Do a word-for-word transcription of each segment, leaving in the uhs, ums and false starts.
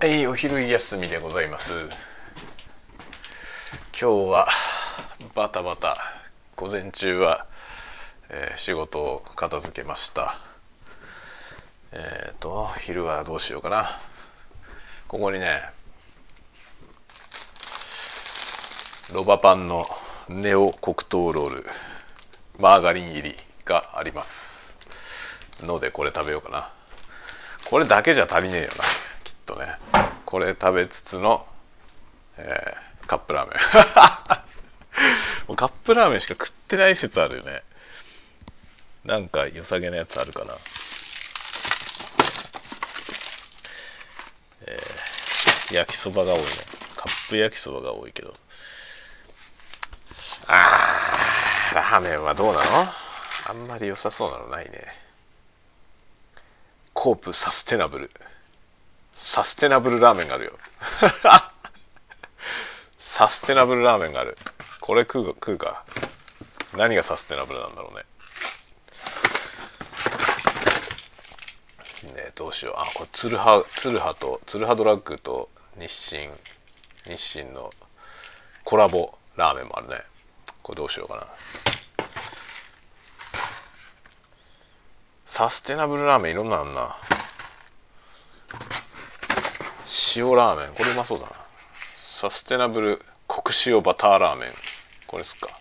はい、お昼休みでございます。今日はバタバタ、午前中は、えー、仕事を片付けました。えっと昼はどうしようかな。ここにね、ロバパンのネオ黒糖ロールマーガリン入りがありますので、これ食べようかな。これだけじゃ足りねえよな、きっとね。これ食べつつの、えー、カップラーメンもうカップラーメンしか食ってない説あるよね。なんか良さげなやつあるかな。えー、焼きそばが多いね。カップ焼きそばが多いけど、あーラーメンはどうなの？あんまり良さそうなのないね。コープサステナブルサステナブルラーメンがあるよサステナブルラーメンがある。これ食う食うか。何がサステナブルなんだろうね。ね、どうしよう。あ、これツルハツルハとツルハドラッグと日清日清のコラボラーメンもあるね。これどうしようかな。サステナブルラーメンいろんなのあんな。塩ラーメン、これうまそうだな。サステナブル黒塩バターラーメン、これですか。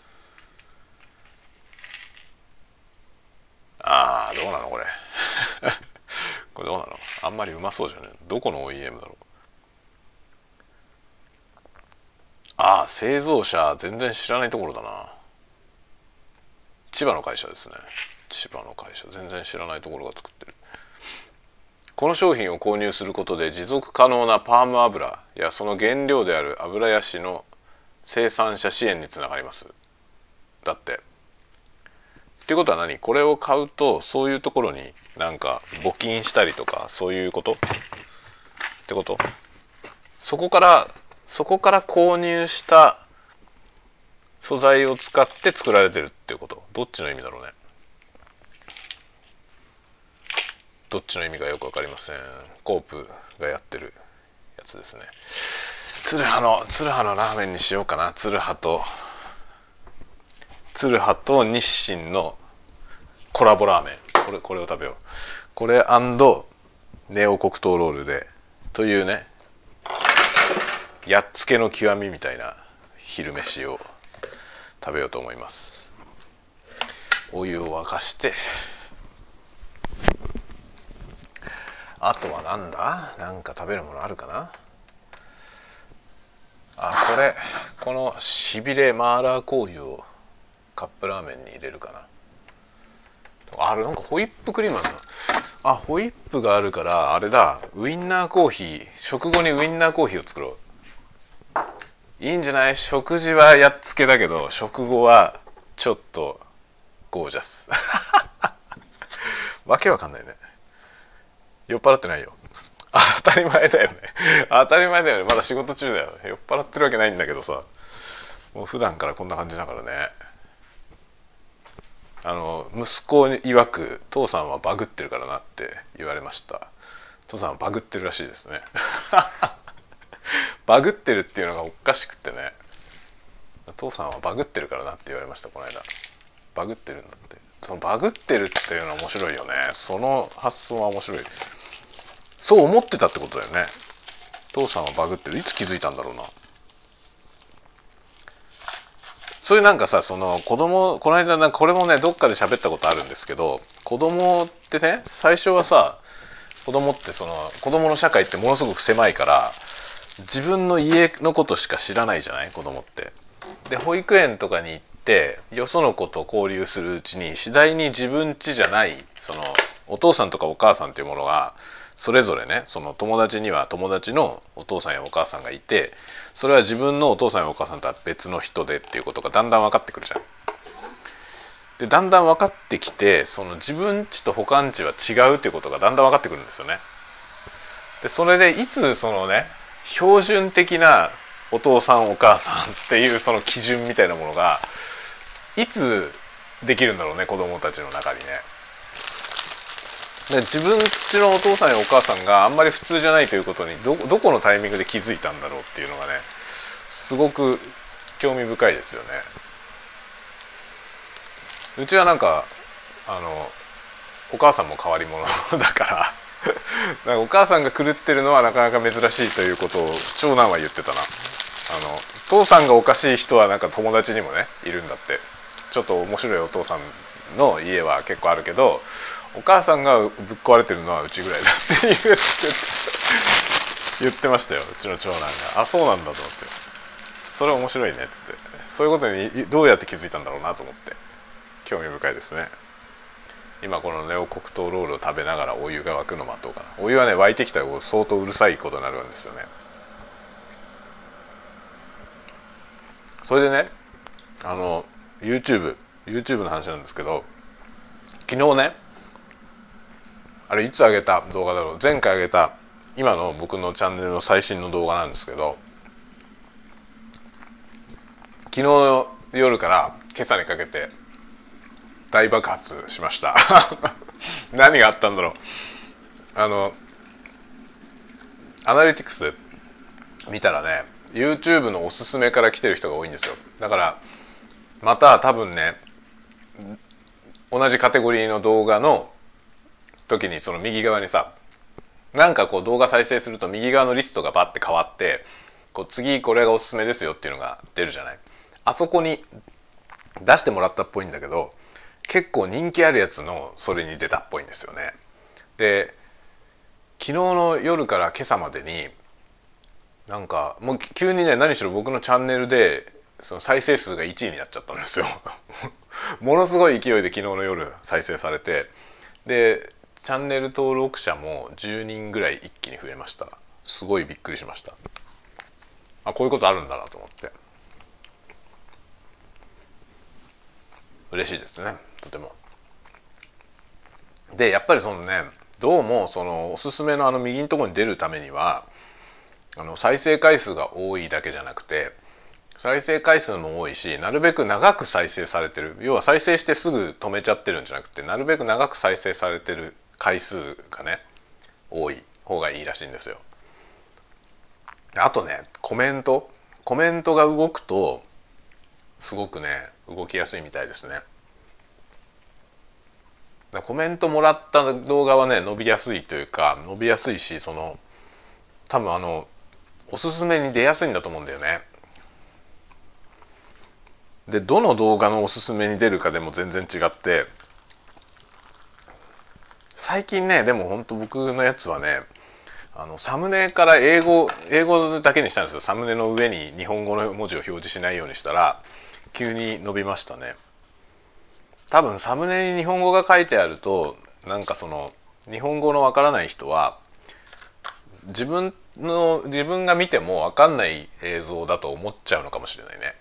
あーどうなのこれこれどうなの。あんまりうまそうじゃね。どこの オーイーエム だろう。あー製造者全然知らないところだな。千葉の会社ですね。千葉の会社、全然知らないところが作ってる。この商品を購入することで持続可能なパーム油やその原料である油ヤシの生産者支援につながります。だって。っていうことは何？これを買うとそういうところになんか募金したりとか、そういうことってこと？そこからそこから購入した素材を使って作られてるっていうこと？どっちの意味だろうね。どっちの意味がよく分かりません。コープがやってるやつですね。ツルハのツルハのラーメンにしようかな。ツルハとツルハと日清のコラボラーメン、これこれを食べよう。これ&ネオ黒糖ロールでというね、やっつけの極みみたいな昼飯を食べようと思います。お湯を沸かして、あとはなんだ、なんか食べるものあるかな。あ、これこのしびれマーラー香油をカップラーメンに入れるかな。あれなんかホイップクリームあるの。あ、ホイップがあるからあれだ、ウインナーコーヒー、食後にウインナーコーヒーを作ろう。いいんじゃない？食事はやっつけだけど食後はちょっとゴージャスわけわかんないね。酔っ払ってないよ。当たり前だよね当たり前だよね。まだ仕事中だよ。酔っ払ってるわけないんだけどさ、もう普段からこんな感じだからね。あの息子曰く父さんはバグってるからなって言われました。父さんはバグってるらしいですねバグってるっていうのがおかしくってね、父さんはバグってるからなって言われました、この間。バグってるんだって。そのバグってるっていうのは面白いよね。その発想は面白い。そう思ってたってことだよね。父さんはバグってる。いつ気づいたんだろうな。そういうなんかさ、その子供、この間なんかこれもねどっかで喋ったことあるんですけど、子供ってね、最初はさ、子供ってその子供の社会ってものすごく狭いから自分の家のことしか知らないじゃない、子供って。で保育園とかに行ってよその子と交流するうちに次第に自分家じゃないそのお父さんとかお母さんっていうものがそれぞれね、その友達には友達のお父さんやお母さんがいて、それは自分のお父さんやお母さんとは別の人でっていうことがだんだん分かってくるじゃん。でだんだん分かってきて、その自分家と他ん家は違うっていうことがだんだん分かってくるんですよね。でそれでいつそのね、標準的なお父さんお母さんっていうその基準みたいなものがいつできるんだろうね、子供たちの中にね。 で自分ちのお父さんやお母さんがあんまり普通じゃないということに ど, どこのタイミングで気づいたんだろうっていうのがねすごく興味深いですよね。うちはなんかあのお母さんも変わり者だからなんかお母さんが狂ってるのはなかなか珍しいということを長男は言ってたな。あの父さんがおかしい人はなんか友達にもねいるんだって。ちょっと面白いお父さんの家は結構あるけどお母さんがぶっ壊れてるのはうちぐらいだって言って言ってましたよ、うちの長男が。あ、そうなんだと思って、それ面白いねっつって、そういうことにどうやって気づいたんだろうなと思って興味深いですね。今このネオ黒糖ロールを食べながらお湯が沸くの待とうかな。お湯はね沸いてきたら相当うるさいことになるんですよね。それでねあの YouTube YouTube の話なんですけど、昨日ねあれいつ上げた動画だろう、前回上げた今の僕のチャンネルの最新の動画なんですけど、昨日の夜から今朝にかけて大爆発しました何があったんだろう。あのアナリティクス見たらね YouTube のおすすめから来てる人が多いんですよ。だからまた多分ね同じカテゴリーの動画の時にその右側にさなんかこう動画再生すると右側のリストがバッて変わってこう次これがおすすめですよっていうのが出るじゃない。あそこに出してもらったっぽいんだけど結構人気あるやつのそれに出たっぽいんですよね。で昨日の夜から今朝までになんかもう急にね何しろ僕のチャンネルでその再生数がいちいになっちゃったんですよものすごい勢いで昨日の夜再生されて、でチャンネル登録者もじゅうにんぐらい一気に増えました。すごいびっくりしました。あ、こういうことあるんだなと思って嬉しいですね、とても。でやっぱりそのねどうもそのおすすめのあの右のところに出るためにはあの再生回数が多いだけじゃなくて再生回数も多いしなるべく長く再生されてる、要は再生してすぐ止めちゃってるんじゃなくてなるべく長く再生されてる回数がね多い方がいいらしいんですよ。あとねコメントコメントが動くとすごくね動きやすいみたいですね。コメントもらった動画はね伸びやすいというか伸びやすいしその多分あのおすすめに出やすいんだと思うんだよね。でどの動画のおすすめに出るかでも全然違って最近ねでもほんと僕のやつはねあのサムネから英語英語だけにしたんですよ。サムネの上に日本語の文字を表示しないようにしたら急に伸びましたね。多分サムネに日本語が書いてあるとなんかその日本語のわからない人は自分の自分が見てもわかんない映像だと思っちゃうのかもしれないね。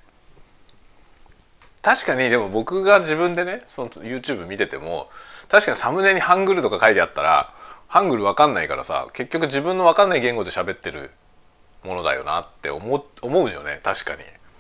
確かにでも僕が自分でねその YouTube 見てても確かにサムネにハングルとか書いてあったらハングルわかんないからさ結局自分のわかんない言語で喋ってるものだよなって思う、思うよね。確かに。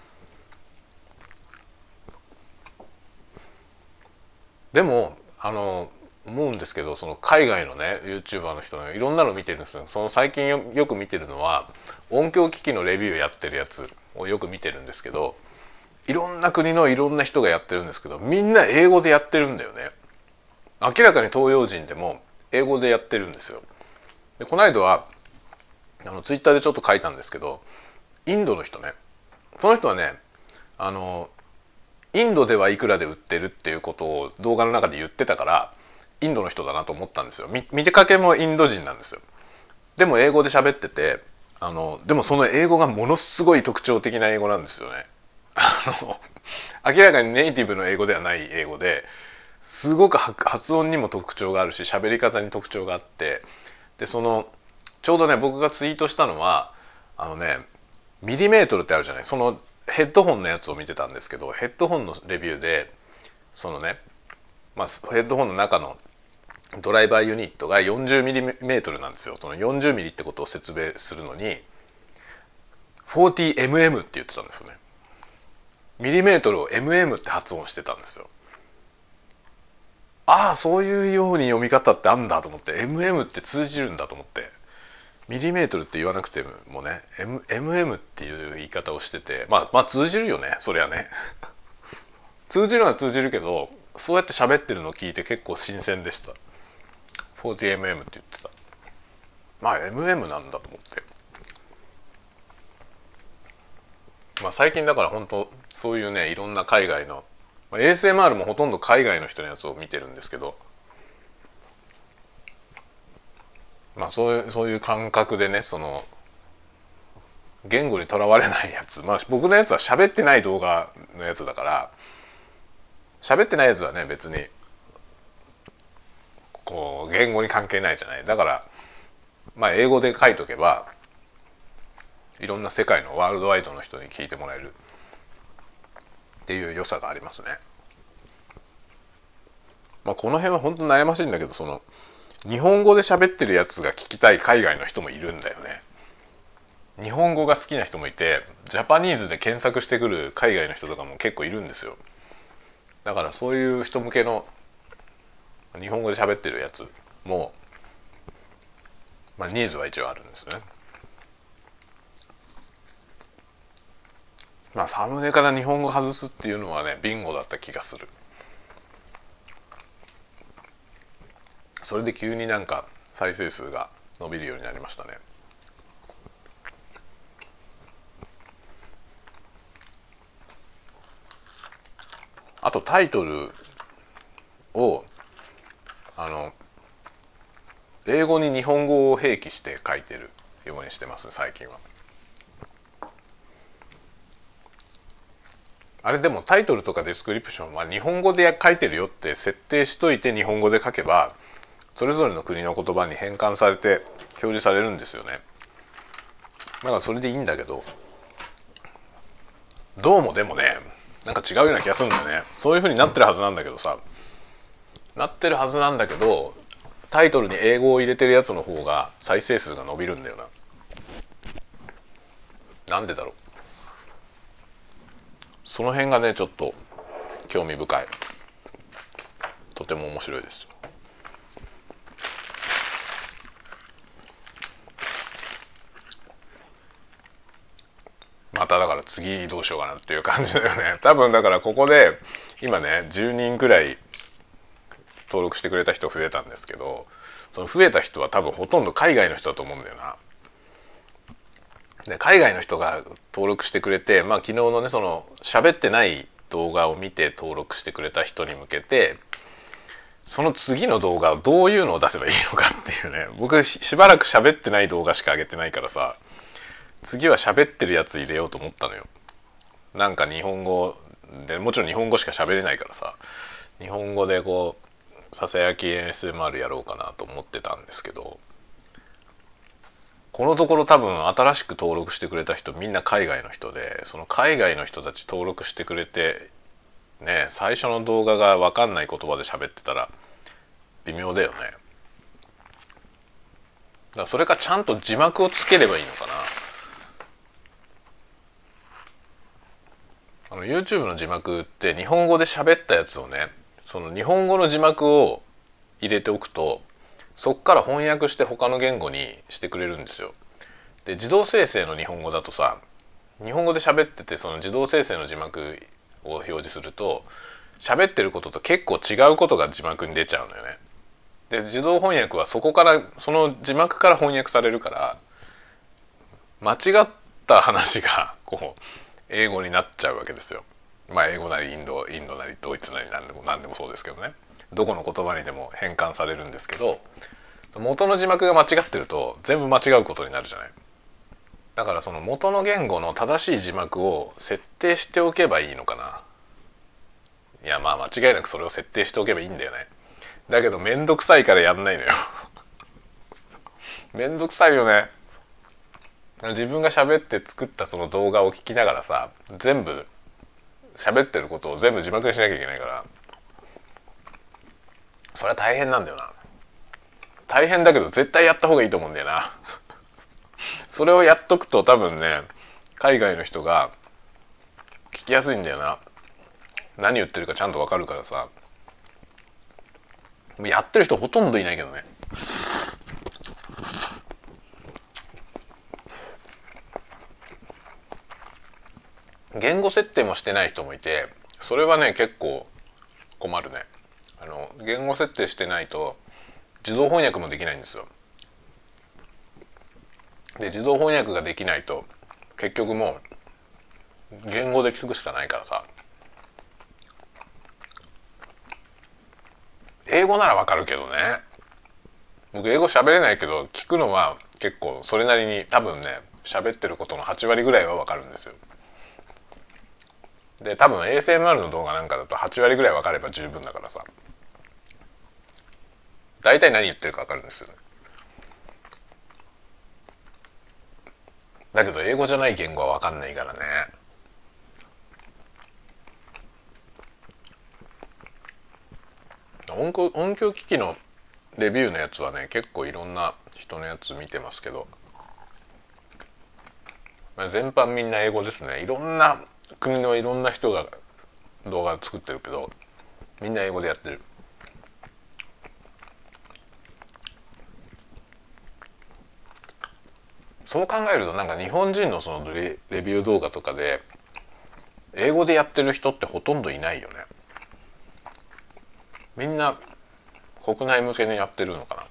でもあの思うんですけどその海外のね YouTuber の人のいろんなの見てるんですよ。その最近 よ, よく見てるのは音響機器のレビューやってるやつをよく見てるんですけどいろんな国のいろんな人がやってるんですけどみんな英語でやってるんだよね。明らかに東洋人でも英語でやってるんですよ。でこの間はあのツイッターでちょっと書いたんですけどインドの人ねその人はねあのインドではいくらで売ってるっていうことを動画の中で言ってたからインドの人だなと思ったんですよ。見見てかけもインド人なんですよ。でも英語で喋っててあのでもその英語がものすごい特徴的な英語なんですよね。あの明らかにネイティブの英語ではない英語ですごく発音にも特徴があるし喋り方に特徴があってでそのちょうどね僕がツイートしたのはあのねミリメートルってあるじゃない。そのヘッドホンのやつを見てたんですけどヘッドホンのレビューでそのね、まあ、ヘッドホンの中のドライバーユニットが よんじゅうミリメートル なんですよ。その よんじゅうミリってことを説明するのに よんじゅうエムエム って言ってたんですよね。ミリメートルを エムエム って発音してたんですよ。 ああそういうように読み方ってあんだと思って、 エムエム って通じるんだと思って、ミリメートルって言わなくてもね M MM っていう言い方をしてて、まあまあ通じるよね、そりゃね通じるのは通じるけど、そうやって喋ってるのを聞いて結構新鮮でした。 フォーティーエムエム って言ってた。まあ エムエム なんだと思って、まあ最近だから本当そういうねいろんな海外の、まあ、エーエスエムアール もほとんど海外の人のやつを見てるんですけど、まあそういうそういう感覚でね、その言語にとらわれないやつ、まあ僕のやつは喋ってない動画のやつだから、喋ってないやつはね別にこう言語に関係ないじゃない。だからまあ英語で書いとけばいろんな世界のワールドワイドの人に聞いてもらえるっていう良さがありますね。まあこの辺は本当悩ましいんだけど、その日本語で喋ってるやつが聞きたい海外の人もいるんだよね。日本語が好きな人もいて、ジャパニーズで検索してくる海外の人とかも結構いるんですよ。だからそういう人向けの日本語で喋ってるやつも、まあ、ニーズは一応あるんですよね。まあサムネから日本語外すっていうのはねビンゴだった気がする。それで急になんか再生数が伸びるようになりましたね。あとタイトルをあの英語に日本語を併記して書いてるようにしてます最近は。あれでもタイトルとかデスクリプションは日本語で書いてるよって設定しといて日本語で書けばそれぞれの国の言葉に変換されて表示されるんですよね。だからそれでいいんだけど、どうもでもねなんか違うような気がするんだよね。そういう風になってるはずなんだけどさ、なってるはずなんだけどタイトルに英語を入れてるやつの方が再生数が伸びるんだよな。なんでだろう。その辺がねちょっと興味深い。とても面白いです。まただから次どうしようかなっていう感じだよね。多分だからここで今ねじゅうにんくらい登録してくれた人増えたんですけど、その増えた人は多分ほとんど海外の人だと思うんだよな。で海外の人が登録してくれて、まあ昨日のねその喋ってない動画を見て登録してくれた人に向けて、その次の動画をどういうのを出せばいいのかっていうね。僕しばらく喋ってない動画しか上げてないからさ、次は喋ってるやつ入れようと思ったのよ。なんか日本語でもちろん日本語しか喋れないからさ、日本語でこうささやき エーエスエムアール やろうかなと思ってたんですけど、このところ多分新しく登録してくれた人みんな海外の人で、その海外の人たち登録してくれてね、最初の動画が分かんない言葉で喋ってたら微妙だよね。だからそれかちゃんと字幕をつければいいのかな。あの YouTube の字幕って日本語で喋ったやつをね、その日本語の字幕を入れておくとそっから翻訳して他の言語にしてくれるんですよ。で自動生成の日本語だとさ、日本語で喋っててその自動生成の字幕を表示すると喋ってることと結構違うことが字幕に出ちゃうのよね。で自動翻訳はそこからその字幕から翻訳されるから間違った話がこう英語になっちゃうわけですよ。まあ英語なりインドインドなりドイツなり何でも何でもそうですけどね、どこの言葉にでも変換されるんですけど、元の字幕が間違ってると全部間違うことになるじゃない。だからその元の言語の正しい字幕を設定しておけばいいのかな。いやまあ間違いなくそれを設定しておけばいいんだよね。だけどめんどくさいからやんないのよめんどくさいよね。自分が喋って作ったその動画を聞きながらさ、全部喋ってることを全部字幕にしなきゃいけないから、それは大変なんだよな。大変だけど絶対やった方がいいと思うんだよなそれをやっとくと多分ね海外の人が聞きやすいんだよな。何言ってるかちゃんとわかるからさ。 やってる人ほとんどいないけどね。言語設定もしてない人もいて、それはね結構困るね。あの言語設定してないと自動翻訳もできないんですよ。で自動翻訳ができないと結局もう言語で聞くしかないからさ。英語ならわかるけどね。僕英語喋れないけど聞くのは結構それなりに多分ね喋ってることのはち割ぐらいはわかるんですよ。で多分 エーエスエムアール の動画なんかだとはち割ぐらいわかれば十分だからさ、大体何言ってるかわかるんですよね。だけど英語じゃない言語はわかんないからね。音響、音響機器のレビューのやつはね結構いろんな人のやつ見てますけど、まあ、全般みんな英語ですね。いろんな国のいろんな人が動画作ってるけどみんな英語でやってる。そう考えるとなんか日本人のそのレ、レビュー動画とかで英語でやってる人ってほとんどいないよね。みんな国内向けにやってるのかな。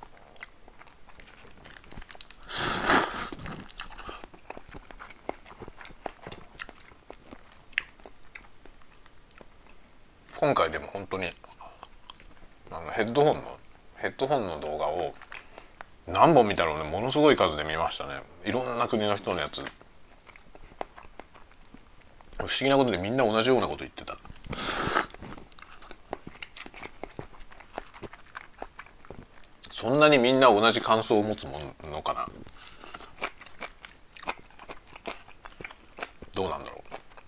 今回でも本当にあのヘッドホンのヘッドホンの動画を何本見たろうね、ものすごい数で見ましたね。いろんな国の人のやつ。不思議なことでみんな同じようなこと言ってた。そんなにみんな同じ感想を持つものかな。どうなんだろ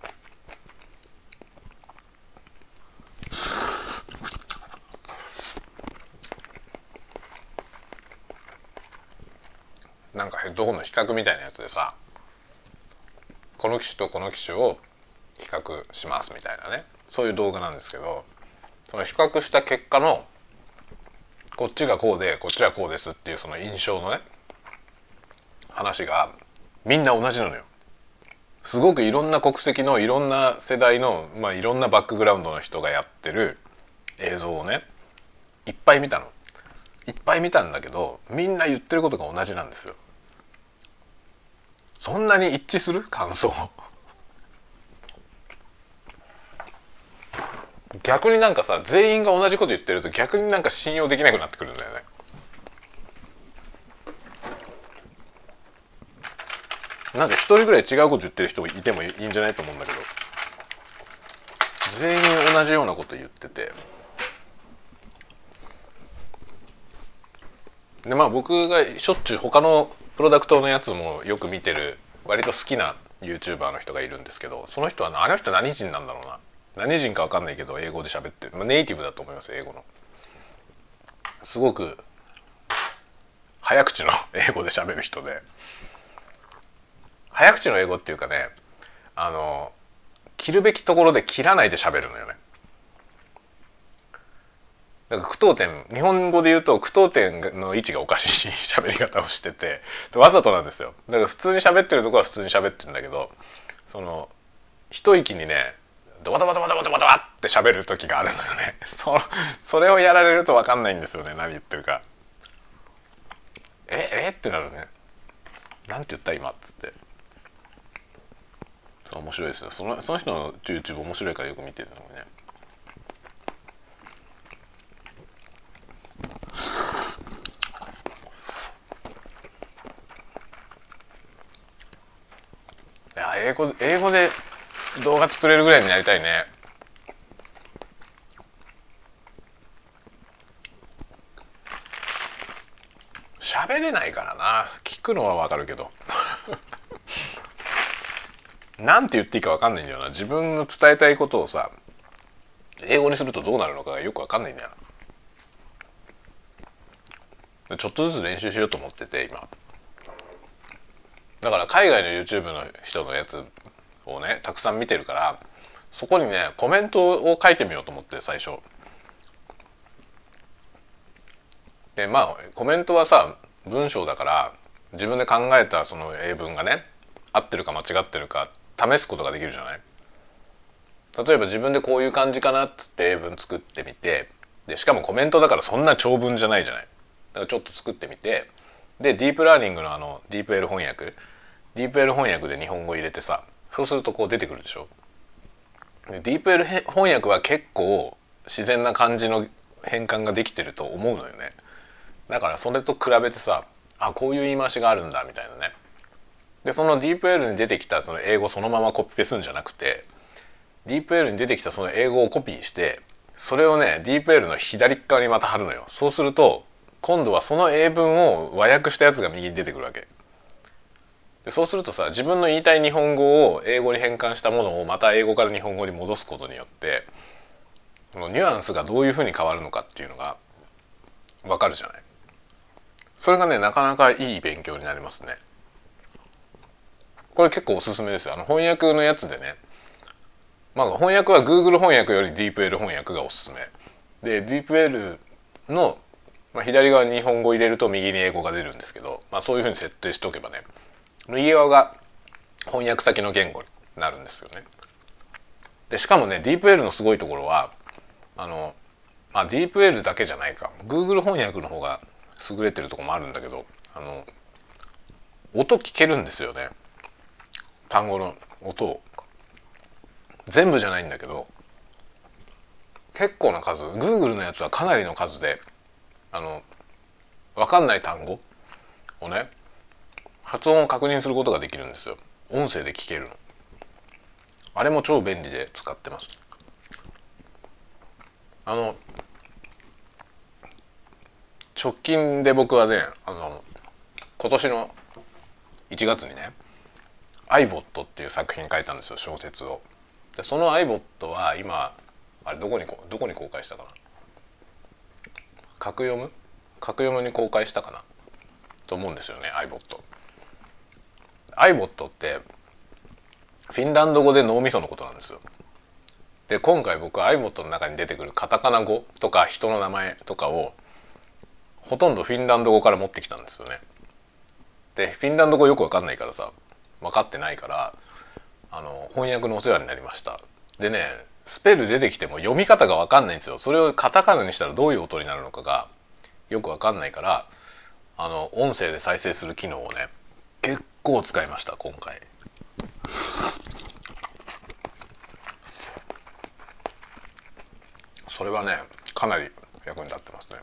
う。なんかヘッドホンの比較みたいなやつでさ、この機種とこの機種を比較しますみたいなね、そういう動画なんですけど、その比較した結果のこっちがこうでこっちはこうですっていうその印象のね話がみんな同じなのよ。すごくいろんな国籍のいろんな世代の、まあ、いろんなバックグラウンドの人がやってる映像をねいっぱい見たの。いっぱい見たんだけどみんな言ってることが同じなんですよ。そんなに一致する感想。逆になんかさ全員が同じこと言ってると逆になんか信用できなくなってくるんだよね。なんか一人ぐらい違うこと言ってる人いてもいいんじゃないと思うんだけど、全員同じようなこと言ってて、でまあ僕がしょっちゅう他のプロダクトのやつもよく見てる割と好きな YouTuber の人がいるんですけど、その人はあの人何人なんだろうな、何人か分かんないけど英語で喋ってる、まあ、ネイティブだと思います英語の。すごく早口の英語で喋る人で、早口の英語っていうかね、あの切るべきところで切らないで喋るのよね。だから句読点、日本語で言うと句読点の位置がおかしい喋り方をしてて、わざとなんですよ。だから普通に喋ってるとこは普通に喋ってるんだけど、その一息にねドバドバドバドバドバドバって喋る時があるのよね。そそれをやられると分かんないんですよね、何言ってるか。ええってなるね。なんて言った今っつって。そう面白いですよ。そのその人の YouTube 面白いからよく見てるのね。いや英語英語で動画作れるぐらいになりたいね。喋れないからな。聞くのはわかるけどなんて言っていいかわかんないんだよな。自分の伝えたいことをさ英語にするとどうなるのかがよくわかんないんだよな。ちょっとずつ練習しようと思ってて今。だから海外の YouTube の人のやつをねたくさん見てるから、そこにねコメントを書いてみようと思って最初。 でまあコメントはさ文章だから自分で考えたその英文がね合ってるか間違ってるか試すことができるじゃない。例えば自分でこういう感じかなっつって英文作ってみて、でしかもコメントだからそんな長文じゃないじゃない。だからちょっと作ってみて、でディープラーニングのあのディープ L 翻訳ディープ L 翻訳で日本語入れてさ、そうするとこう出てくるでしょ。でディープ L 翻訳は結構自然な感じの変換ができてると思うのよね。だからそれと比べてさ、あこういう言い回しがあるんだみたいなね。でその ディープ L に出てきたその英語そのままコピペするんじゃなくて、ディープ L に出てきたその英語をコピーしてそれをね ディープ L の左側にまた貼るのよ。そうすると今度はその英文を和訳したやつが右に出てくるわけで、そうするとさ自分の言いたい日本語を英語に変換したものをまた英語から日本語に戻すことによってこのニュアンスがどういうふうに変わるのかっていうのがわかるじゃない。それがねなかなかいい勉強になりますね。これ結構おすすめですよ。あの翻訳のやつでね、まあ翻訳は Google 翻訳より ディープ L 翻訳がおすすめで、 ディープ L の、まあ、左側に日本語を入れると右に英語が出るんですけど、まあ、そういうふうに設定しておけばね右側が翻訳先の言語になるんですよね。でしかもね ディープ L のすごいところはあの、まあ、ディープ L だけじゃないか Google 翻訳の方が優れてるところもあるんだけど、あの音聞けるんですよね。単語の音を全部じゃないんだけど結構な数、 Google のやつはかなりの数であの分かんない単語をね発音を確認することができるんですよ。音声で聞けるの。あれも超便利で使ってます。あの直近で僕はねあの今年のいちがつにねアイボットっていう作品書いたんですよ、小説を。でそのアイボットは今あれどこにどこに公開したかな、格読む格読むに公開したかなと思うんですよね。アイボットアイボットってフィンランド語で脳みそのことなんですよ。で今回僕はアイボットの中に出てくるカタカナ語とか人の名前とかをほとんどフィンランド語から持ってきたんですよね。でフィンランド語よく分かんないからさ、分かってないからあの翻訳のお世話になりました。でねスペル出てきても読み方が分かんないんですよ。それをカタカナにしたらどういう音になるのかがよく分かんないから、あの音声で再生する機能をね結構使いました今回。それはねかなり役に立ってますね。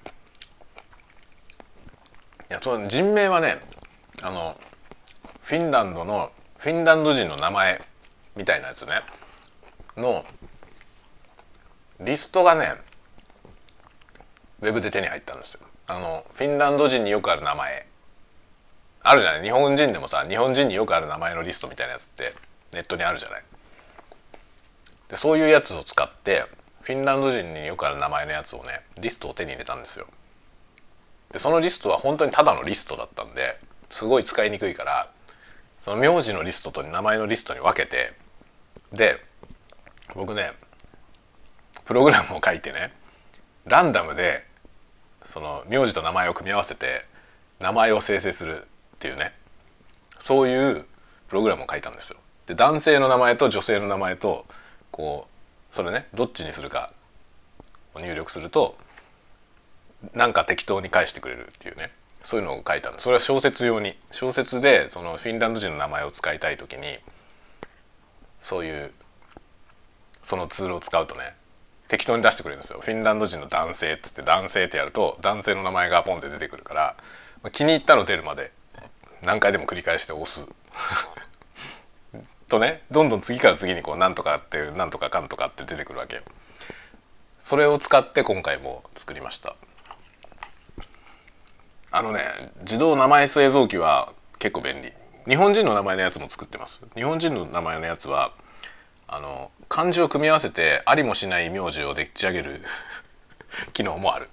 いやその人名はねあのフィンランドのフィンランド人の名前みたいなやつねのリストがねウェブで手に入ったんですよ。あのフィンランド人によくある名前あるじゃない。日本人でもさ日本人によくある名前のリストみたいなやつってネットにあるじゃない。でそういうやつを使ってフィンランド人によくある名前のやつをねリストを手に入れたんですよ。でそのリストは本当にただのリストだったんですごい使いにくいから、その名字のリストと名前のリストに分けて、で僕ねプログラムを書いてねランダムでその名字と名前を組み合わせて名前を生成するっていうねそういうプログラムを書いたんですよ。で男性の名前と女性の名前とこうそれねどっちにするかを入力するとなんか適当に返してくれるっていうねそういうのを書いたんです。それは小説用に小説でそのフィンランド人の名前を使いたい時にそういうそのツールを使うとね適当に出してくれるんですよ。フィンランド人の男性っつって男性ってやると男性の名前がポンって出てくるから、まあ、気に入ったの出るまで何回でも繰り返して押すとねどんどん次から次にこうなんとかっていうなんとかかんとかって出てくるわけ。それを使って今回も作りました。あのね自動名前製造機は結構便利。日本人の名前のやつも作ってます。日本人の名前のやつはあの漢字を組み合わせてありもしない名字をでっち上げる機能もある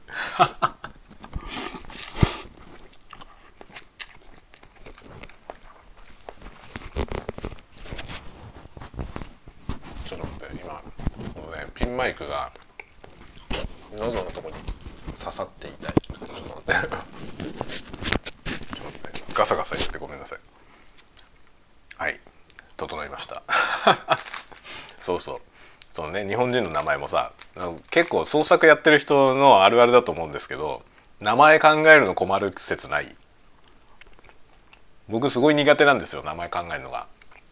ちょっと待って今このねピンマイクが喉のとこに刺さっていたい。ちょっと待って。 ガサガサ言ってごめんなさい。はい、整いましたそうそう、そのね、日本人の名前もさ、結構創作やってる人のあるあるだと思うんですけど、名前考えるの困る説ない？僕すごい苦手なんですよ、名前考えるのが。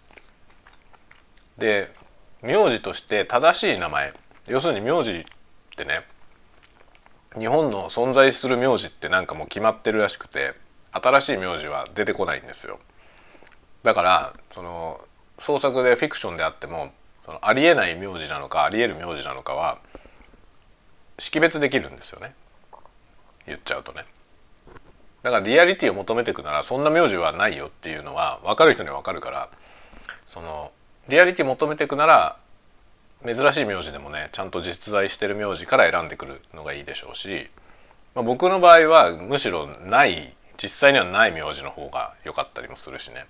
で、名字として正しい名前、要するに名字ってね、日本の存在する名字ってなんかもう決まってるらしくて、新しい名字は出てこないんですよ。だからその創作でフィクションであっても、そのありえない名字なのかありえる名字なのかは識別できるんですよね、言っちゃうとね。だからリアリティを求めていくなら、そんな名字はないよっていうのは分かる人には分かるから、そのリアリティ求めていくなら珍しい名字でもね、ちゃんと実在してる名字から選んでくるのがいいでしょうし、まあ、僕の場合はむしろない、実際にはない名字の方が良かったりもするしね。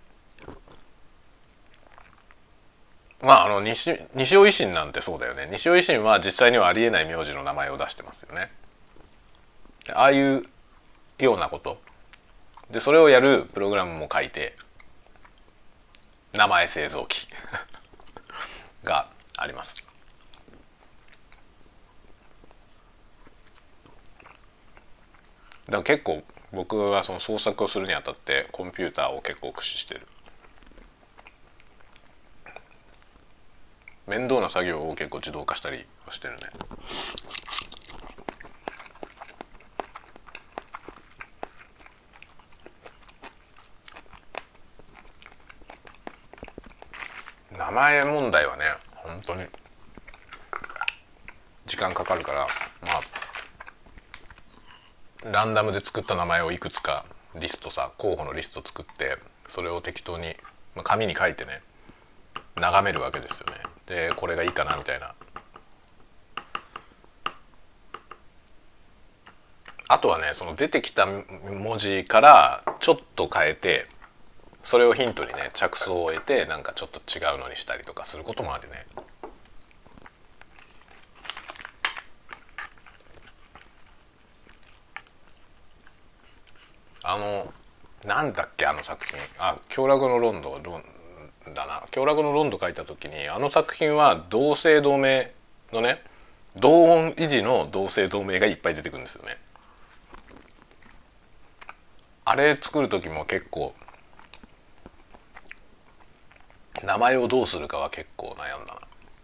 まああの 西, 西尾維新なんてそうだよね。西尾維新は実際にはありえない名字の名前を出してますよね。ああいうようなことで、それをやるプログラムも書いて、名前製造機があります。だから結構僕はその創作をするにあたってコンピューターを結構駆使してる。面倒な作業を結構自動化したりしてるね。名前問題はね、本当に時間かかるから、まあランダムで作った名前をいくつかリストさ、候補のリスト作って、それを適当に、まあ、紙に書いてね、眺めるわけですよね。でこれがいいかなみたいな。あとはね、その出てきた文字からちょっと変えて、それをヒントにね着想を得て、なんかちょっと違うのにしたりとかすることもあるね。あのなんだっけ、あの作品、あ、凶楽のロンドロンだな、凶楽のロンド書いた時に、あの作品は同姓同名のね、同音維持の同姓同名がいっぱい出てくるんですよね。あれ作る時も結構名前をどうするかは結構悩んだな。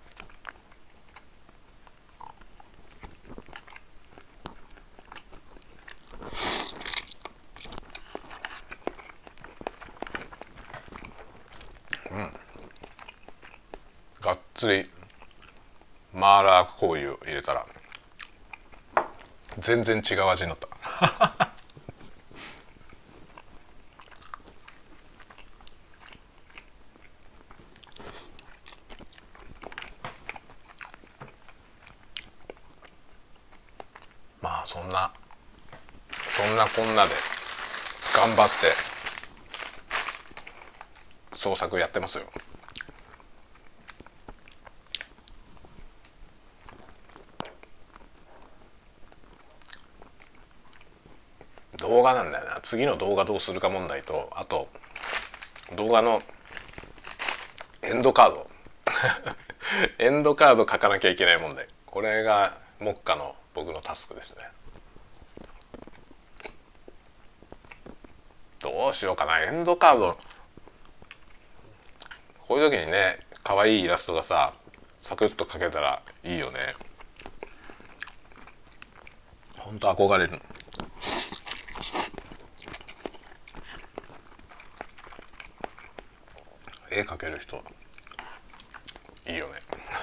がっつりマーラー香油を入れたら全然違う味になったまあそんなそんなこんなで頑張って創作やってますよ。動画なんだよな。次の動画どうするか問題と、あと動画のエンドカードエンドカード書かなきゃいけない問題、これが目下の僕のタスクですね。どうしようかな。エンドカード、こういう時にね、可愛いイラストがさサクッと描けたらいいよね。ほんと憧れる。絵描ける人いいよね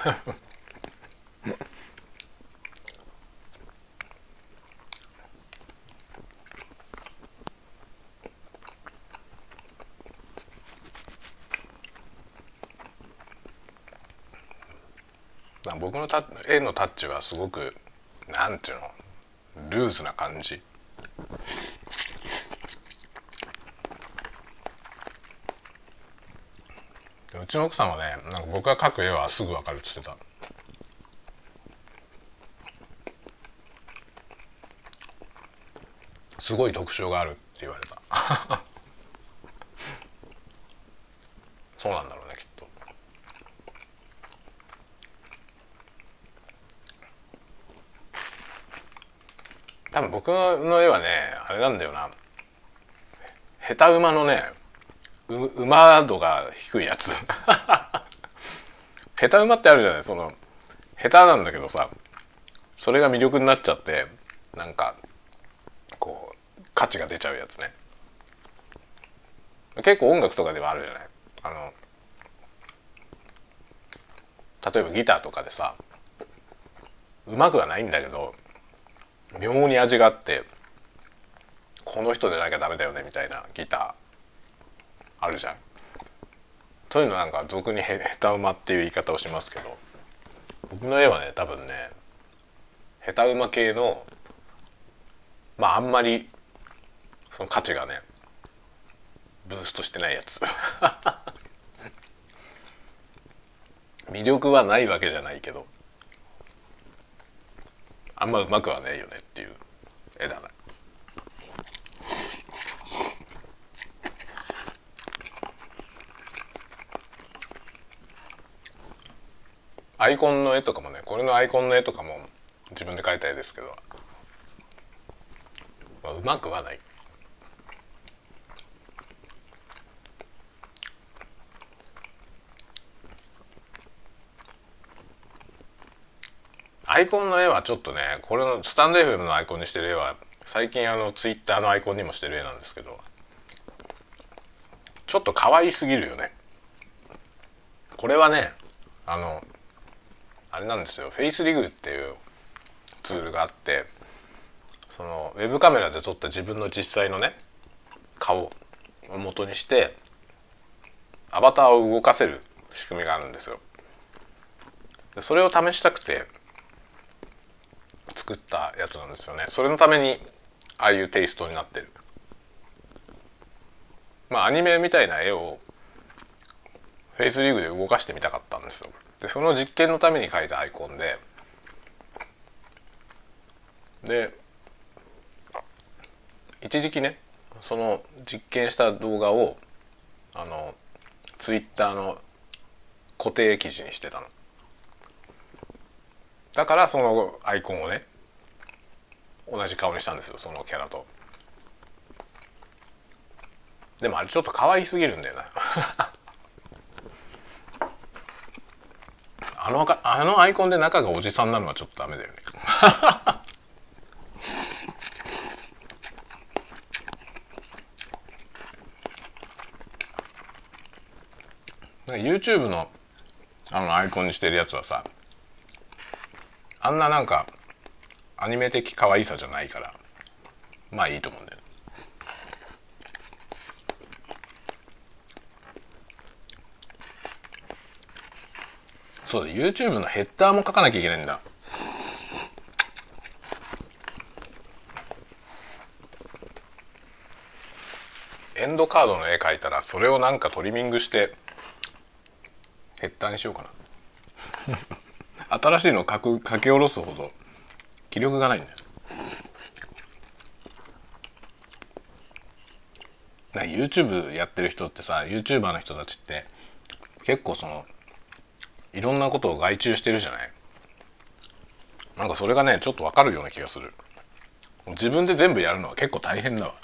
僕のタ絵のタッチはすごく、なんていうの、ルーズな感じ。うちの奥さんはね、なんか僕が描く絵はすぐ分かるって言ってた。 すごい特徴があるって言われたそうなんだろうねきっと。多分僕の絵はねあれなんだよな、下手馬のねう馬度が低いやつ下手馬ってあるじゃない、その下手なんだけどさ、それが魅力になっちゃってなんかこう価値が出ちゃうやつね。結構音楽とかではあるじゃない、あの例えばギターとかでさうまくはないんだけど妙に味があってこの人じゃなきゃダメだよねみたいなギターあるじゃん。そういうのなんか俗にへ下手馬っていう言い方をしますけど、僕の絵はね多分ね下手馬系のまああんまりその価値がねブーストしてないやつ魅力はないわけじゃないけどあんまうまくはないよねっていう絵だね。アイコンの絵とかもね、これのアイコンの絵とかも自分で描いた絵ですけど、まあ、うまくはない。アイコンの絵はちょっとね、これのスタンド エフエム のアイコンにしてる絵は最近あのツイッターのアイコンにもしてる絵なんですけど、ちょっと可愛すぎるよね。これはね、あのあれなんですよ、フェイスリグっていうツールがあって、そのウェブカメラで撮った自分の実際のね顔を元にしてアバターを動かせる仕組みがあるんですよ。でそれを試したくて作ったやつなんですよね。それのためにああいうテイストになってる。まあアニメみたいな絵をフェイスリグで動かしてみたかったんですよ。でその実験のために描いたアイコンで、で一時期ねその実験した動画をあのツイッターの固定記事にしてたの。だからそのアイコンをね同じ顔にしたんですよ、そのキャラと。でもあれちょっと可愛すぎるんだよなあのあのアイコンで中がおじさんなのはちょっとダメだよねYouTube のあのアイコンにしてるやつはさ、あんななんかアニメ的可愛さじゃないからまあいいと思うんだよ。そうだ、 YouTube のヘッダーも描かなきゃいけないんだ。エンドカードの絵描いたらそれをなんかトリミングしてヘッダーにしようかな新しいのを書く書き下ろすほど気力がないんだよ。な YouTube やってる人ってさ、 YouTuber の人たちって結構そのいろんなことを外注してるじゃない。なんかそれがねちょっとわかるような気がする。自分で全部やるのは結構大変だわ。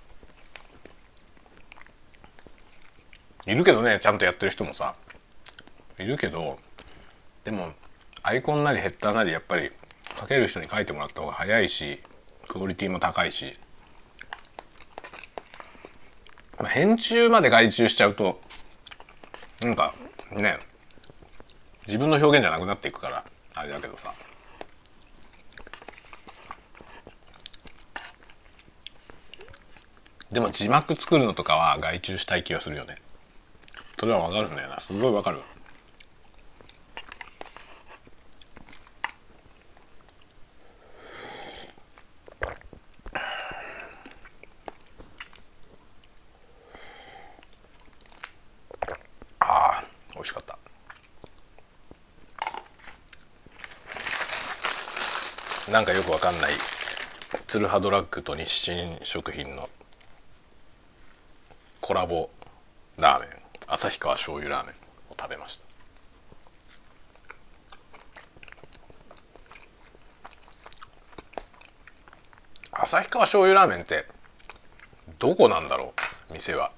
いるけどねちゃんとやってる人もさいるけど、でもアイコンなりヘッダーなりやっぱり描ける人に描いてもらった方が早いしクオリティも高いし、まあ、編集まで外注しちゃうとなんかね自分の表現じゃなくなっていくからあれだけどさ、でも字幕作るのとかは外注したい気がするよね。それはわかるんだよな、すごいわかる。あー美味しかった。なんかよくわかんないツルハドラッグと日清食品のコラボラーメン、旭川醤油ラーメンを食べました。旭川醤油ラーメンってどこなんだろう、店は。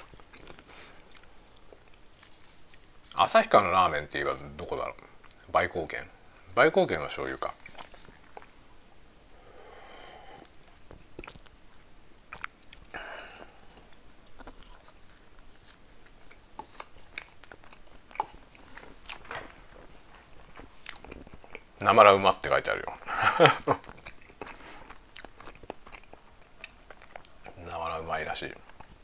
旭川のラーメンって言えばどこだろう。梅光軒梅光軒の醤油か。なまらうまって書いてあるよなまらうまいらしい。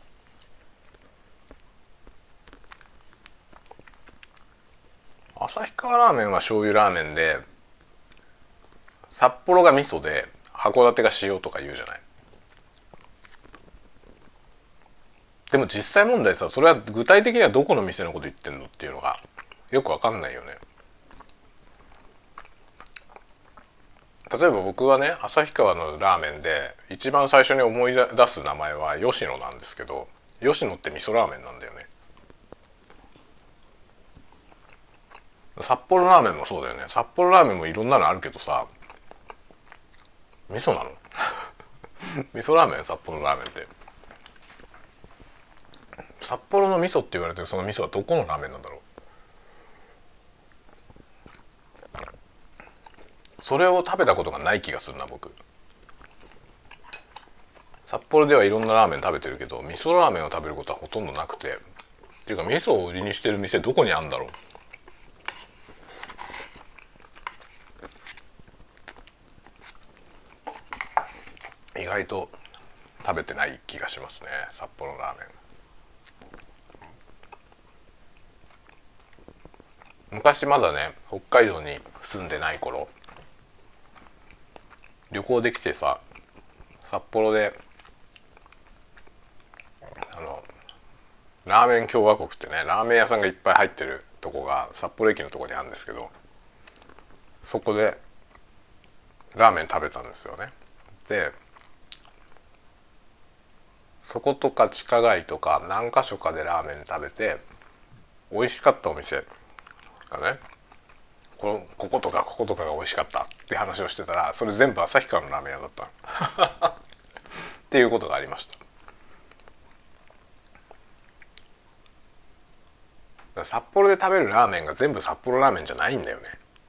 旭川ラーメンは醤油ラーメンで、札幌が味噌で函館が塩とか言うじゃない。でも実際問題さ、それは具体的にはどこの店のこと言ってんのっていうのがよくわかんないよね。例えば僕はね、旭川のラーメンで一番最初に思い出す名前は吉野なんですけど、吉野って味噌ラーメンなんだよね。札幌ラーメンもそうだよね。札幌ラーメンもいろんなのあるけどさ、味噌なの味噌ラーメン、札幌のラーメンって。札幌の味噌って言われてるその味噌はどこのラーメンなんだろう。それを食べたことがない気がするな、僕。札幌ではいろんなラーメン食べてるけど、味噌ラーメンを食べることはほとんどなくて、っていうか味噌を売りにしてる店どこにあるんだろう。意外と食べてない気がしますね、札幌のラーメン。昔まだね、北海道に住んでない頃、旅行できてさ、札幌であのラーメン共和国ってね、ラーメン屋さんがいっぱい入ってるとこが札幌駅のとこにあるんですけど、そこでラーメン食べたんですよね。でそことか地下街とか何か所かでラーメン食べて美味しかったお店がね、ここことかこことかが美味しかったって話をしてたら、それ全部旭川のラーメン屋だったっていうことがありました。札幌で食べるラーメンが全部札幌ラーメンじゃないんだよね。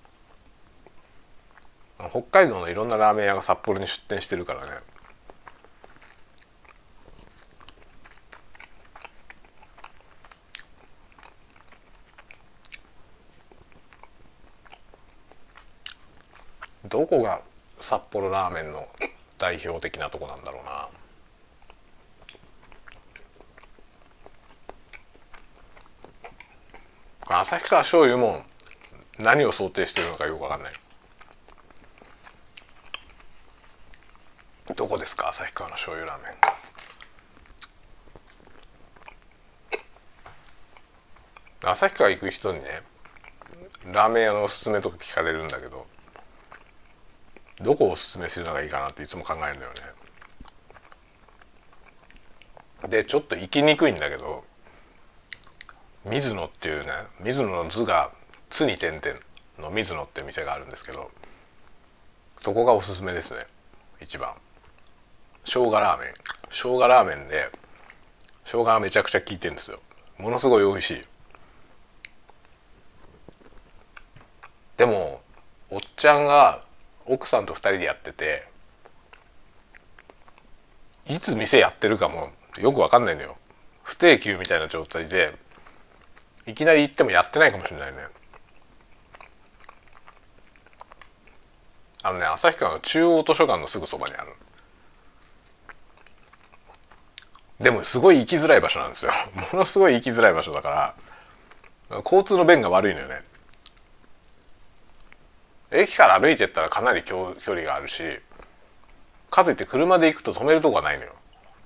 北海道のいろんなラーメン屋が札幌に出店してるからね。どこが札幌ラーメンの代表的なとこなんだろうな。旭川醤油も何を想定してるのかよく分かんない。どこですか、旭川の醤油ラーメン。旭川行く人にね、ラーメン屋のおすすめとか聞かれるんだけど、どこをおすすめするのがいいかなっていつも考えるんだよね。でちょっと行きにくいんだけど、水野っていうね、水野の図が「つ」に点々の水野って店があるんですけど、そこがおすすめですね。一番生姜ラーメン生姜ラーメンで生姜がめちゃくちゃ効いてるんですよ。ものすごい美味しい。でもおっちゃんが奥さんとふたりでやってて、いつ店やってるかもよく分かんないのよ。不定休みたいな状態でいきなり行ってもやってないかもしれないね。あのね、旭川の中央図書館のすぐそばにある。でもすごい行きづらい場所なんですよ。ものすごい行きづらい場所だから交通の便が悪いのよね。駅から歩いてったらかなり距離があるし、かといって車で行くと止めるとこがないのよ。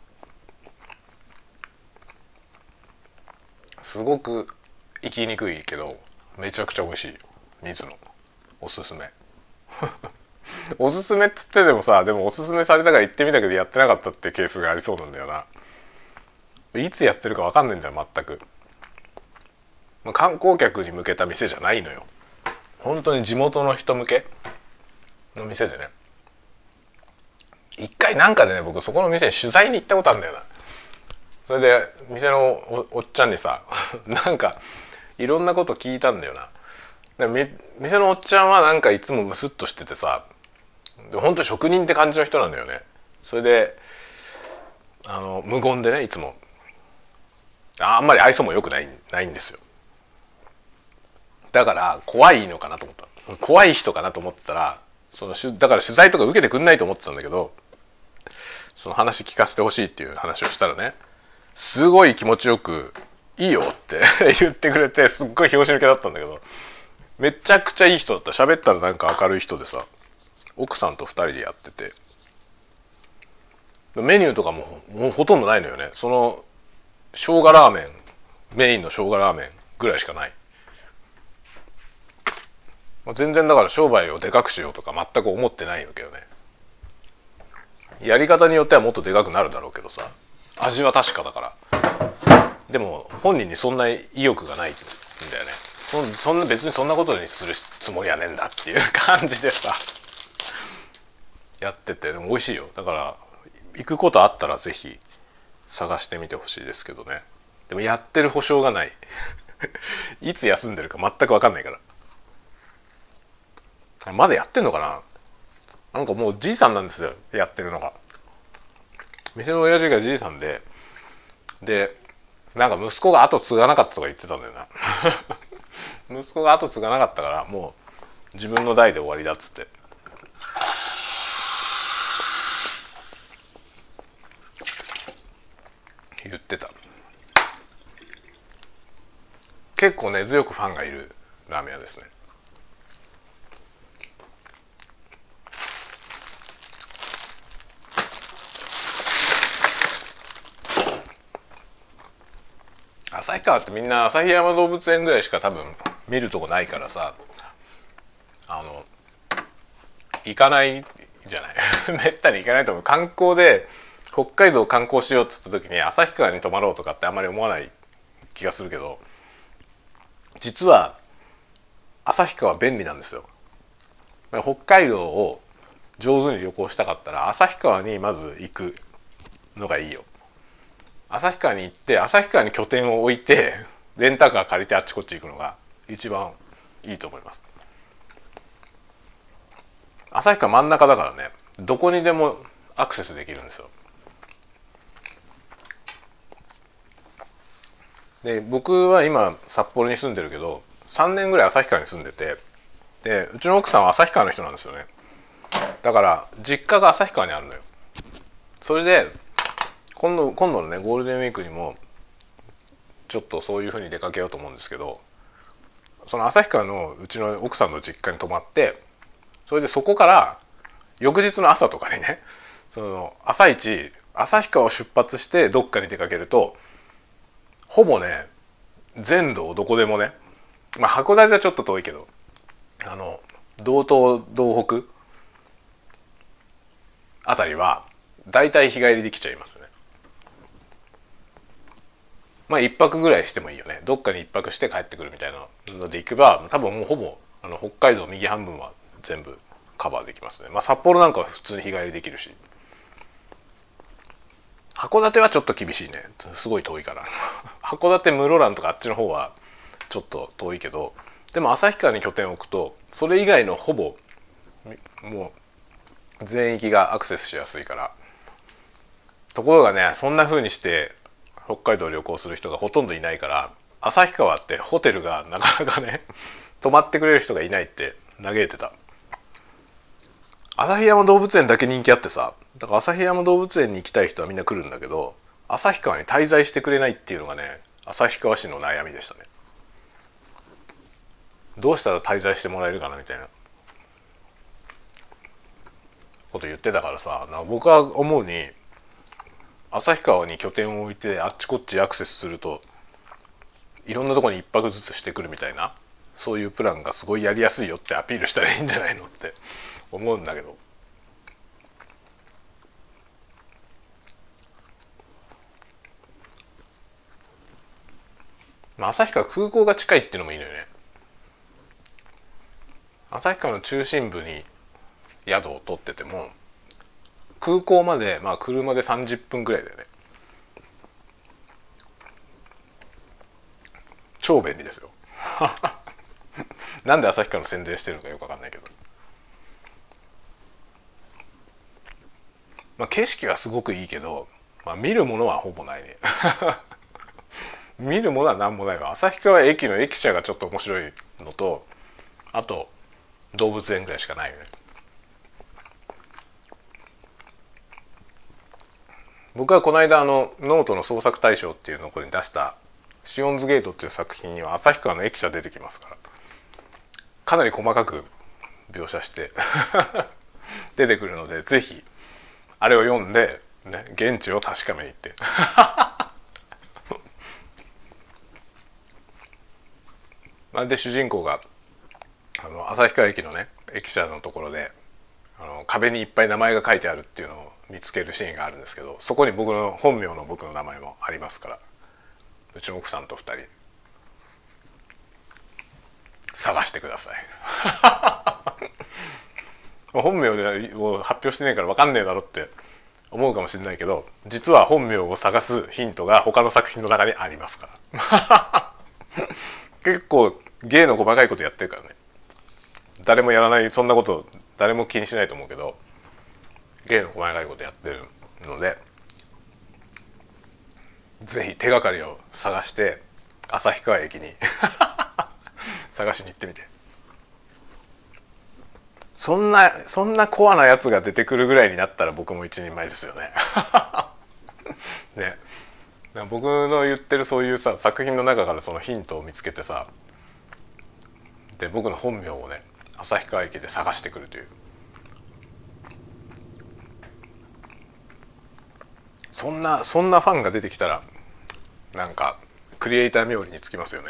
すごく行きにくいけどめちゃくちゃ美味しい。水野おすすめおすすめっつってでもさ、でもおすすめされたから行ってみたけどやってなかったってケースがありそうなんだよな。いつやってるか分かんないんだよ全く。まあ、観光客に向けた店じゃないのよ。本当に地元の人向けの店でね。一回なんかでね、僕そこの店に取材に行ったことあるんだよな。それで店の お, おっちゃんにさなんかいろんなこと聞いたんだよな。で店のおっちゃんはなんかいつもムスッとしててさ、ほんと職人って感じの人なんだよね。それであの無言でね、いつも あ, あんまり愛想も良くないないんですよ。だから怖いのかなと思った。怖い人かなと思ってたら、そのだから取材とか受けてくんないと思ってたんだけど、その話聞かせてほしいっていう話をしたらね、すごい気持ちよくいいよって言ってくれて、すっごい拍子抜けだったんだけど、めちゃくちゃいい人だった。喋ったらなんか明るい人でさ、奥さんとふたりでやってて、メニューとかももうほとんどないのよね。その生姜ラーメン、メインの生姜ラーメンぐらいしかない。全然だから商売をでかくしようとか全く思ってないわけよね。やり方によってはもっとでかくなるだろうけどさ、味は確かだから。でも本人にそんな意欲がないんだよね。そ, そんな別にそんなことにするつもりはねえんだっていう感じでさやってて、でも美味しいよ。だから行くことあったらぜひ探してみてほしいですけどね。でもやってる保証がないいつ休んでるか全く分かんないから。まだやってんのかな。なんかもうじいさんなんですよ、やってるのが。店の親父がじいさんで、でなんか息子が後継がなかったとか言ってたんだよな息子が後継がなかったからもう自分の代で終わりだっつって言ってた。結構根強くファンがいるラーメン屋ですね。旭川ってみんな旭山動物園ぐらいしか多分見るとこないからさ、あの行かないじゃないめったに行かないと思う。観光で北海道を観光しようっつった時に旭川に泊まろうとかってあんまり思わない気がするけど、実は旭川便利なんですよ。北海道を上手に旅行したかったら旭川にまず行くのがいいよ。旭川に行って旭川に拠点を置いてレンタカー借りてあっちこっち行くのが一番いいと思います。旭川真ん中だからね、どこにでもアクセスできるんですよ。で僕は今札幌に住んでるけどさんねんぐらい旭川に住んでて、でうちの奥さんは旭川の人なんですよね。だから実家が旭川にあるのよ。それで今度今度のねゴールデンウィークにもちょっとそういう風に出かけようと思うんですけど、その旭川のうちの奥さんの実家に泊まって、それでそこから翌日の朝とかにね、その朝一旭川を出発してどっかに出かけるとほぼね全道どこでもね、まあ函館はちょっと遠いけど、あの道東道北あたりはだいたい日帰りできちゃいますね。まあ一泊ぐらいしてもいいよね。どっかに一泊して帰ってくるみたいなので行けば多分もうほぼあの北海道右半分は全部カバーできますね。まあ札幌なんかは普通に日帰りできるし、函館はちょっと厳しいね。すごい遠いから函館室蘭とかあっちの方はちょっと遠いけど、でも旭川に拠点を置くとそれ以外のほぼもう全域がアクセスしやすいから。ところがね、そんな風にして北海道を旅行する人がほとんどいないから、旭川ってホテルがなかなかね泊まってくれる人がいないって嘆いてた。旭山動物園だけ人気あってさ、だから旭山動物園に行きたい人はみんな来るんだけど、旭川に滞在してくれないっていうのがね旭川市の悩みでしたね。どうしたら滞在してもらえるかなみたいなこと言ってたからさ、なんか僕は思うに旭川に拠点を置いてあっちこっちアクセスするといろんなとこに一泊ずつしてくるみたいな、そういうプランがすごいやりやすいよってアピールしたらいいんじゃないのって思うんだけど、まあ旭川空港が近いっていうのもいいのよね。旭川の中心部に宿を取ってても空港までまあ車でさんじゅっぷんぐらいだよね。超便利ですよなんで旭川の宣伝してるのかよく分かんないけど、まあ景色はすごくいいけど、まあ、見るものはほぼないね見るものは何もないわ。旭川駅の駅舎がちょっと面白いのと、あと動物園ぐらいしかないよね。僕はこの間あのノートの創作大賞っていうのをこれに出したシオンズゲートっていう作品には旭川の駅舎出てきますから、かなり細かく描写して出てくるので、ぜひあれを読んで、ね、現地を確かめに行ってで主人公があの旭川駅のね駅舎のところであの壁にいっぱい名前が書いてあるっていうのを見つけるシーンがあるんですけど、そこに僕の本名の僕の名前もありますから、うちの奥さんとふたり探してください本名を発表してないから分かんねえだろって思うかもしれないけど、実は本名を探すヒントが他の作品の中にありますから結構芸の細かいことやってるからね。誰もやらない、そんなこと誰も気にしないと思うけど、芸の細かいことやってるので、ぜひ手がかりを探して旭川駅に探しに行ってみて。そんなそんなコアなやつが出てくるぐらいになったら僕も一人前ですよねね、僕の言ってるそういうさ作品の中からそのヒントを見つけてさ、で僕の本名をね旭川駅で探してくるという、そんなそんなファンが出てきたらなんかクリエイター冥利につきますよね。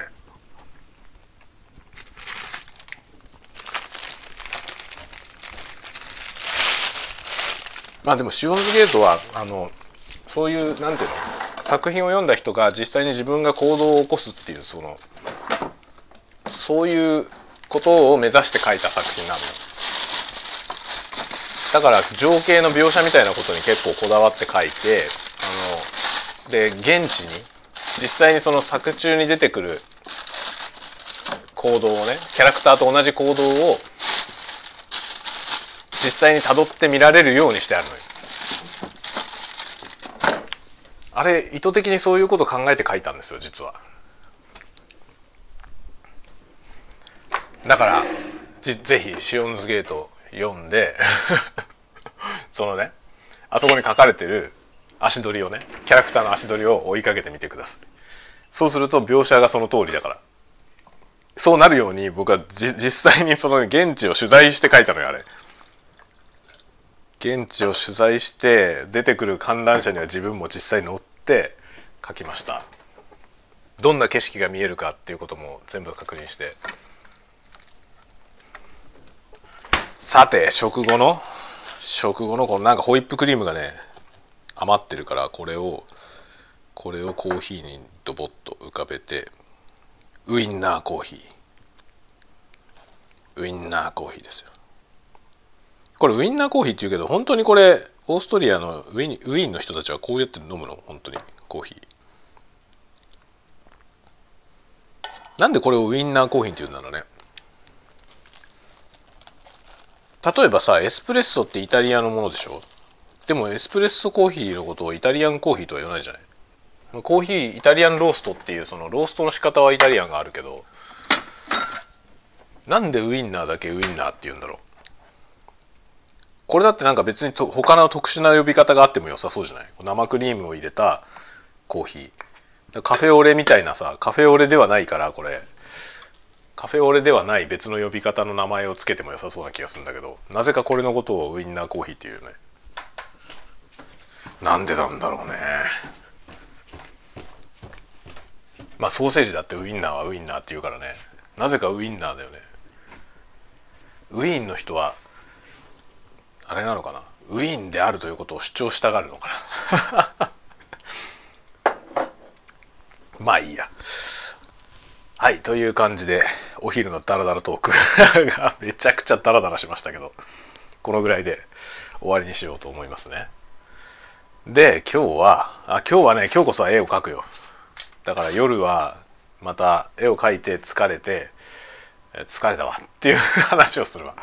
まあでもシオンズゲートはあのそういうなんていうの、作品を読んだ人が実際に自分が行動を起こすっていうそのそういうことを目指して書いた作品なのよ。だから情景の描写みたいなことに結構こだわって書いて、あので現地に実際にその作中に出てくる行動をね、キャラクターと同じ行動を実際に辿って見られるようにしてあるのよ。あれ意図的にそういうことを考えて書いたんですよ実は。だからぜひシオンズゲート読んでそのねあそこに書かれてる足取りをね、キャラクターの足取りを追いかけてみてください。そうすると描写がその通りだから、そうなるように僕はじ実際にその現地を取材して書いたのよ。あれ現地を取材して出てくる観覧車には自分も実際乗って書きました。どんな景色が見えるかっていうことも全部確認して。さて食後の食後のこのなんかホイップクリームがね余ってるから、これをこれをコーヒーにドボッと浮かべて、ウインナーコーヒーウインナーコーヒーですよ。これウインナーコーヒーって言うけど、本当にこれオーストリアのウィーン、ウィーンの人たちはこうやって飲むの？本当にコーヒー。なんでこれをウインナーコーヒーって言うんだろうね。例えばさ、エスプレッソってイタリアのものでしょ。でもエスプレッソコーヒーのことをイタリアンコーヒーとは言わないじゃない。コーヒーイタリアンローストっていうそのローストの仕方はイタリアンがあるけど、なんでウインナーだけウインナーって言うんだろう。これだってなんか別にと他の特殊な呼び方があっても良さそうじゃない。生クリームを入れたコーヒー、カフェオレみたいなさ、カフェオレではないから、これカフェオレではない別の呼び方の名前をつけても良さそうな気がするんだけど、なぜかこれのことをウインナーコーヒーっていうね。なんでなんだろうね。まあソーセージだってウインナーはウインナーって言うからね。なぜかウインナーだよね。ウィーンの人はあれなのかな、ウィーンであるということを主張したがるのかなまあいいや。はい、という感じでお昼のダラダラトークがめちゃくちゃダラダラしましたけど、このぐらいで終わりにしようと思いますね。で今日はあ今日はね今日こそは絵を描くよ。だから夜はまた絵を描いて疲れて疲れたわっていう話をするわ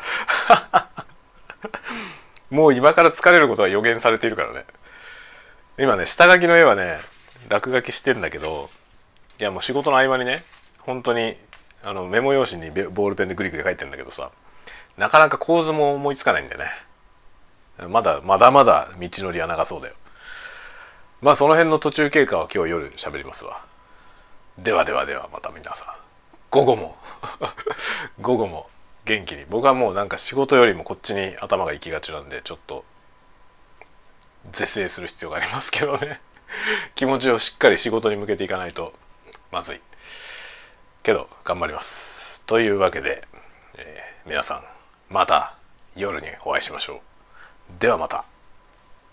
もう今から疲れることは予言されているからね。今ね下書きの絵はね落書きしてんだけど、いやもう仕事の合間にね本当にあのメモ用紙にボールペンでグリグリ書いてんだけどさ、なかなか構図も思いつかないんだよね。まだまだまだ道のりは長そうだよ。まあその辺の途中経過は今日夜喋りますわ。ではではではまた皆さん午後も午後も元気に。僕はもうなんか仕事よりもこっちに頭が行きがちなんでちょっと是正する必要がありますけどね気持ちをしっかり仕事に向けていかないとまずいけど頑張ります。というわけで、えー、皆さんまた夜にお会いしましょう。ではまた。